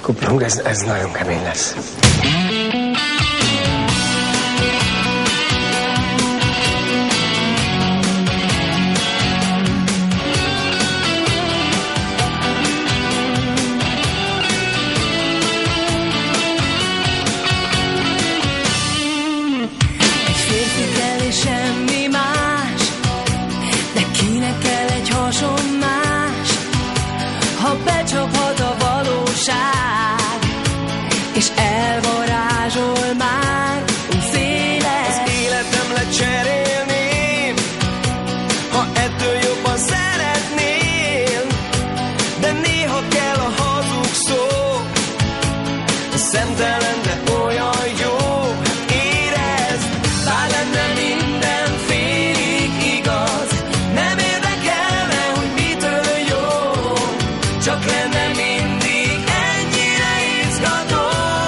Kuplung, ez nagyon kemény lesz. És elvarázsol már úgy széles. Az életem lecserélném, ha ettől jobban szeretnél. De néha kell a hazug szó, szemtelen, de olyan jó. Érezd, bár lenne minden félig igaz, nem érdekelne, hogy mitől jó, csak lenne mindig ennyire izgató.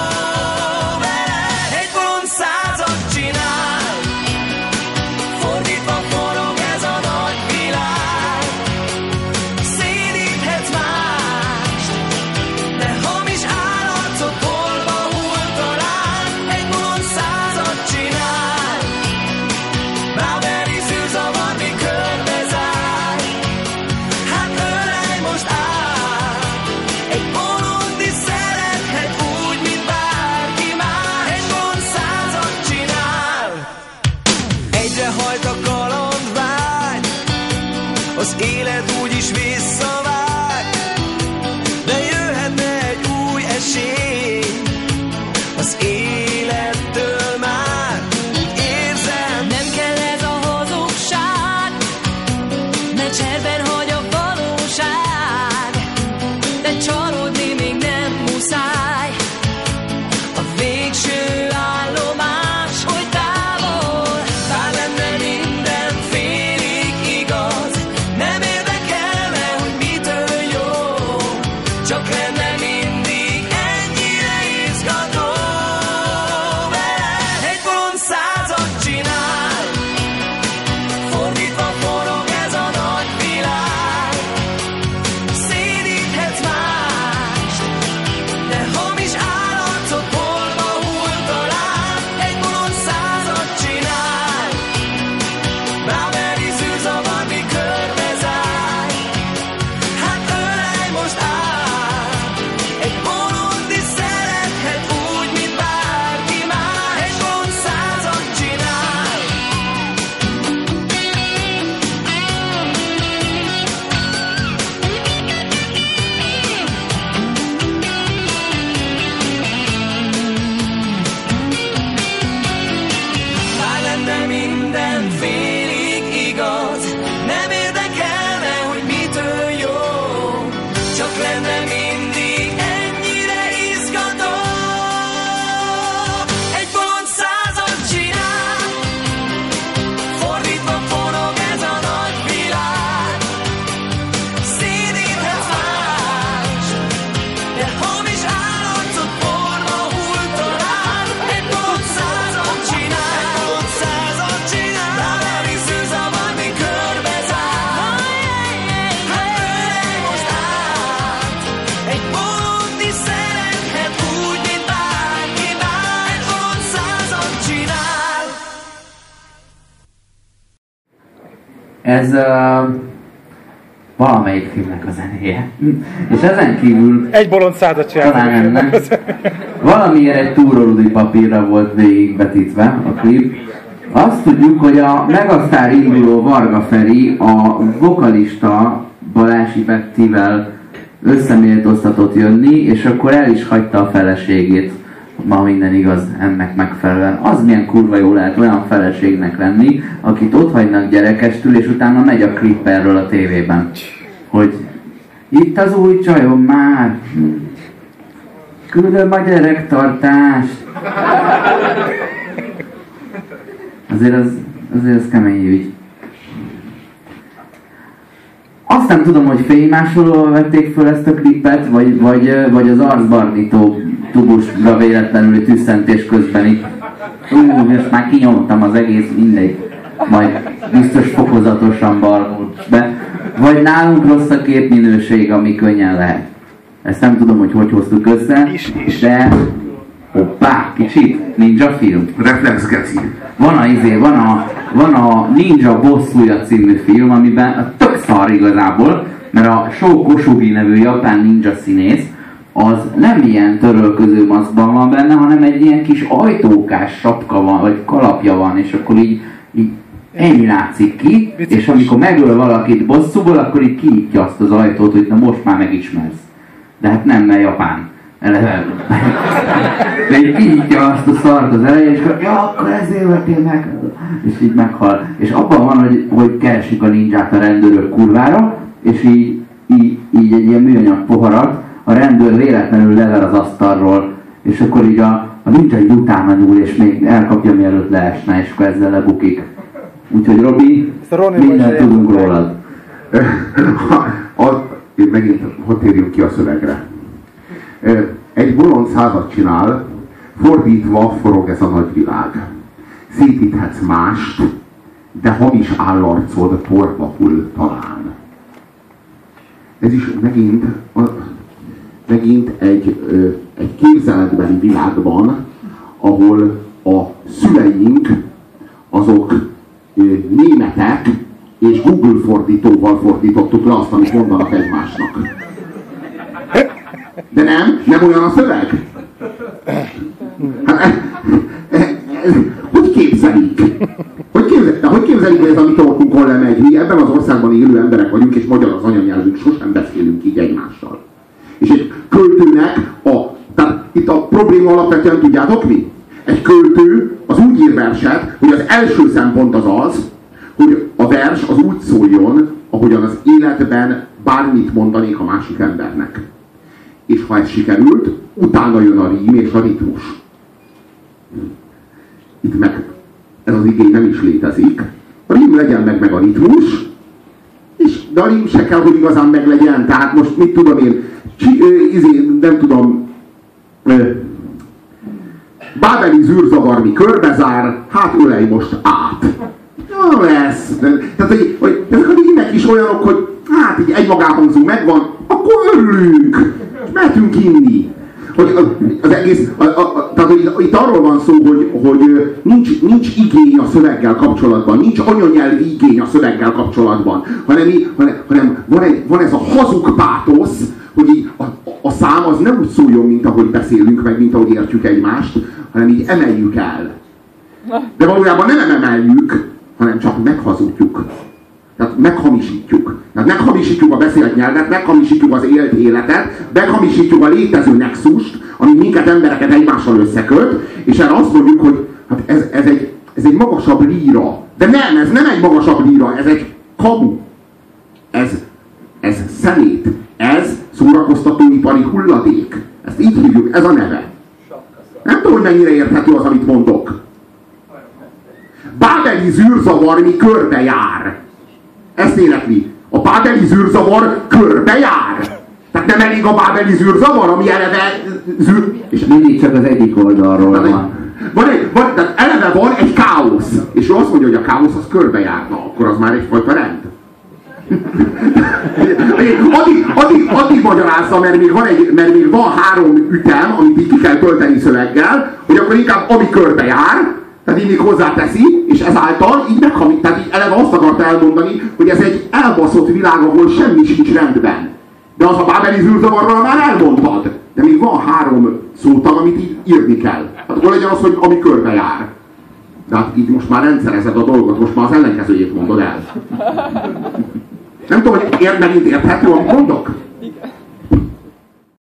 Az élet úgyis visszavág, de jöhetne egy új esély. Az élettől már úgy érzem, nem kell ez a hazugság, ne cserben hagy a valóság, de csalódni még nem muszáj. A végső állomás, hogy távol, bár lenne minden félig igaz, nem érdekelne, hogy mitől jó, csak lenne mindig ennyire izgató vele. Egy bolond százat csinál, fordítva forog ez a nagy világ. Szédíthetsz mást, de hamis állarcot holba hull talán. Egy bolond százat csinál, rámeri zűrzavar, mi körbezárt. Hát ölej most át, egy bolond is szerethet úgy, mint bárki már. Egy bolond százat csinál. Bár lenne minden félig igaz, nem érdekelne, hogy mitől jó, csak lenne mindig ennyire izgató. Egy bolond százat csinál, fordítva forog ez a nagy világ. Szédíthetsz más, de hamis állarcot porba hull talán. Egy bolond százat csinál, egy bolond százat csinál, rámeri zűrzavar, mi körbezárt. Hát ölej most át, egy bolond is szerethet úgy, mint bárki már. Egy bolond százat csinál. Ez valamelyik filmnek a zenéje. És ezen kívül Egy bolond százat talán csinálni. ennek valamiért egy túrórudi papírra volt végigvetítve a klip. Azt tudjuk, hogy a megasztár induló Varga Feri a vokalista Balási Bettivel összeméltóztatott jönni, és akkor el is hagyta a feleségét. Ma minden igaz ennek megfelelően. Az milyen kurva jó lehet olyan feleségnek lenni, akit ott hagynak gyerekestül, és utána megy a klip erről a tévében. Hogy itt az új csajom már, küldöm a gyerektartást. Azért az kemény ügy. Azt nem tudom, hogy fénymásolóval vették föl ezt a klipet, vagy az arcbarnító tubusra véletlenül tüsszentés közben itt. Most már kinyomtam az egész, mindegy. Majd biztos fokozatosan balmult be. Vagy nálunk rossz a képminőség, ami könnyen lehet. Ezt nem tudom, hogy hoztuk össze, de hoppá, kicsit ninja film. Reflex geci. Van a Ninja Bosszúja című film, amiben tök szar igazából, mert a Sho Kosugi nevű japán ninja színész, az nem ilyen törölköző maszkban van benne, hanem egy ilyen kis ajtókás sapka van, vagy kalapja van, és akkor így ennyi látszik ki, és amikor megöl valakit bosszúból, akkor így kinyitja azt az ajtót, hogy na most már megismersz. De hát nem, mert japán. De így kinyitja azt a szart az elején, és akkor ja, akkor ezért vettél meg. És így meghal. És abban van, hogy keresik a ninját a rendőrök kurvára, és így egy ilyen műanyag poharat a rendőr véletlenül lever az asztalról, és akkor így a ninja így utána nyúl, és még elkapja, mielőtt leesne, és akkor ezzel lebukik. Úgyhogy Robi, mindent tudunk rólad. Megint, hogy térjünk ki a szövegre. Egy bolond százat csinál, fordítva forog ez a nagyvilág. Szétíthetsz mást, de hamis állarcod porba hull talán. Ez is megint egy képzeletbeli világban, ahol a szüleink azok németek, és Google fordítóval fordítottuk le azt, amit mondanak egymásnak. De nem olyan a szöveg? Hogy képzelik? Hogy képzelik ez a mi torkunkon lemegy? Mi ebben az országban élő emberek vagyunk, és magyar az anyanyelvünk, sosem beszélünk így egymással. És egy költőnek tehát itt a probléma alapvetően tudjátok mi? Egy költő az úgy ír verset, hogy az első szempont az, hogy a vers az úgy szóljon, ahogyan az életben bármit mondanék a másik embernek. És ha ez sikerült, utána jön a rím és a ritmus. Itt meg ez az igény nem is létezik. A rím legyen meg a ritmus, de a rím se kell, hogy igazán meglegyen. Tehát most mit tudom én, nem tudom, bábeli zűrzavarmi körbezár, hát ölej most át. Ja, lesz. Tehát, hogy ezek a rímek is olyanok, hogy hát így egymagában megvan, akkor örülünk, és mehetünk inni. Hogy az egész, tehát hogy itt arról van szó, hogy nincs igény a szöveggel kapcsolatban, nincs anyanyelvi igény a szöveggel kapcsolatban, hanem van ez a hazug pátosz, hogy így a szám az nem úgy szóljon, mint ahogy beszélünk, meg mint ahogy értjük egymást, hanem így emeljük el. De valójában nem emeljük, hanem csak meghazudjuk. Tehát meghamisítjuk. Tehát meghamisítjuk a beszélt nyelvet, meghamisítjuk az élt életet, meghamisítjuk a létező nexust, ami minket embereket egymással összeköt, és erre azt mondjuk, hogy hát ez egy magasabb líra. De nem, ez nem egy magasabb líra, ez egy kamu. Ez szemét. Ez szórakoztatóipari hulladék. Ezt így hívjuk, ez a neve. Nem tudom, hogy mennyire érthető az, amit mondok. Bábeli zűrzavar, mi körbe jár. Ezt énekli. A bábeli zűrzavar körbe jár. Tehát nem elég a bábeli zűrzavar, ami eleve és mindig csak az egyik oldalról van. Tehát eleve van egy káosz. És ő azt mondja, hogy a káosz az körbe járna. Akkor az már egyfajta rend. Addig magyarázza, mert még van 3 ütem, amit így ki kell tölteni szöveggel, hogy akkor inkább ami körbe jár, tehát így még hozzáteszi, és ezáltal így meghamít. Tehát így eleve azt akarta elmondani, hogy ez egy elbaszott világ, ahol semmi sincs rendben. De az a bábeli zűrzavarral már elmondtad. De még van 3 szótag, amit így írni kell. Hát akkor legyen az, hogy ami körbe jár. De hát így most már rendszerezed a dolgot, most már az ellenkezőjét mondod el. Nem tudom, hogy megint érthető, amit mondok?